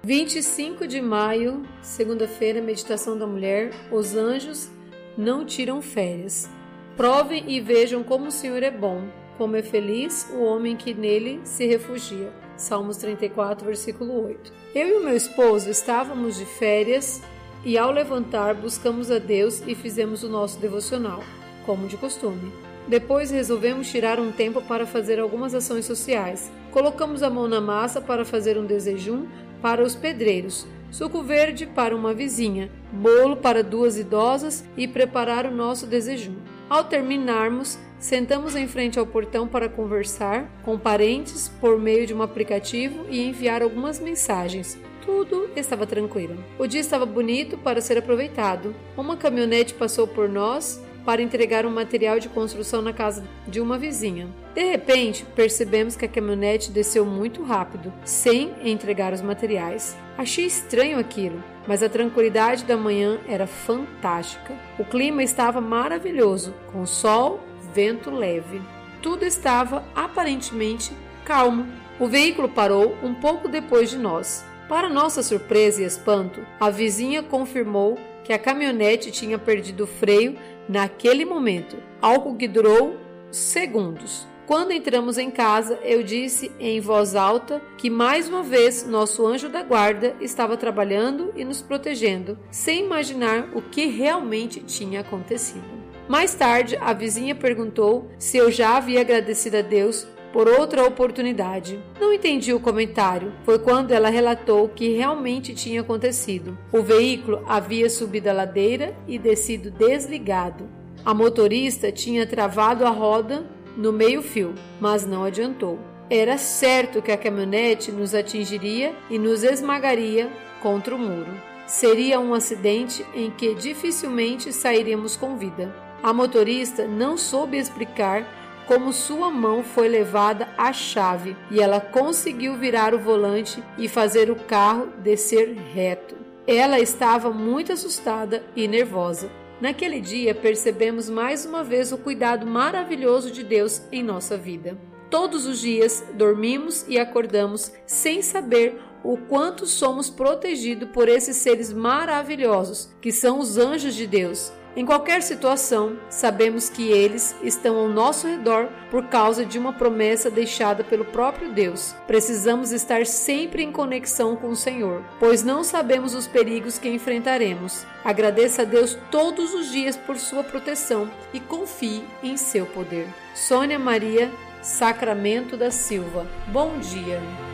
25 de maio, segunda-feira, meditação da mulher. Os anjos não tiram férias. Provem e vejam como o Senhor é bom, como é feliz o homem que nele se refugia. Salmos 34, versículo 8. Eu e o meu esposo estávamos de férias e ao levantar buscamos a Deus e fizemos o nosso devocional, como de costume. Depois resolvemos tirar um tempo para fazer algumas ações sociais. Colocamos a mão na massa para fazer um desejum para os pedreiros, suco verde para uma vizinha, bolo para 2 idosas e preparar o nosso desejum. Ao terminarmos, sentamos em frente ao portão para conversar com parentes por meio de um aplicativo e enviar algumas mensagens. Tudo estava tranquilo. O dia estava bonito para ser aproveitado. Uma caminhonete passou por nós para entregar um material de construção na casa de uma vizinha. De repente, percebemos que a caminhonete desceu muito rápido, sem entregar os materiais. Achei estranho aquilo, mas a tranquilidade da manhã era fantástica. O clima estava maravilhoso, com sol, vento leve. Tudo estava aparentemente calmo. O veículo parou um pouco depois de nós. Para nossa surpresa e espanto, a vizinha confirmou que a caminhonete tinha perdido o freio naquele momento, algo que durou segundos. Quando entramos em casa, eu disse em voz alta que mais uma vez nosso anjo da guarda estava trabalhando e nos protegendo, sem imaginar o que realmente tinha acontecido. Mais tarde, a vizinha perguntou se eu já havia agradecido a Deus por outra oportunidade. Não entendi o comentário. Foi quando ela relatou o que realmente tinha acontecido. O veículo havia subido a ladeira e descido desligado. A motorista tinha travado a roda no meio-fio, mas não adiantou. Era certo que a caminhonete nos atingiria e nos esmagaria contra o muro. Seria um acidente em que dificilmente sairíamos com vida. A motorista não soube explicar como sua mão foi levada à chave e ela conseguiu virar o volante e fazer o carro descer reto. Ela estava muito assustada e nervosa. Naquele dia percebemos mais uma vez o cuidado maravilhoso de Deus em nossa vida. Todos os dias dormimos e acordamos sem saber o quanto somos protegidos por esses seres maravilhosos que são os anjos de Deus. Em qualquer situação, sabemos que eles estão ao nosso redor por causa de uma promessa deixada pelo próprio Deus. Precisamos estar sempre em conexão com o Senhor, pois não sabemos os perigos que enfrentaremos. Agradeça a Deus todos os dias por sua proteção e confie em seu poder. Sônia Maria Sacramento da Silva. Bom dia!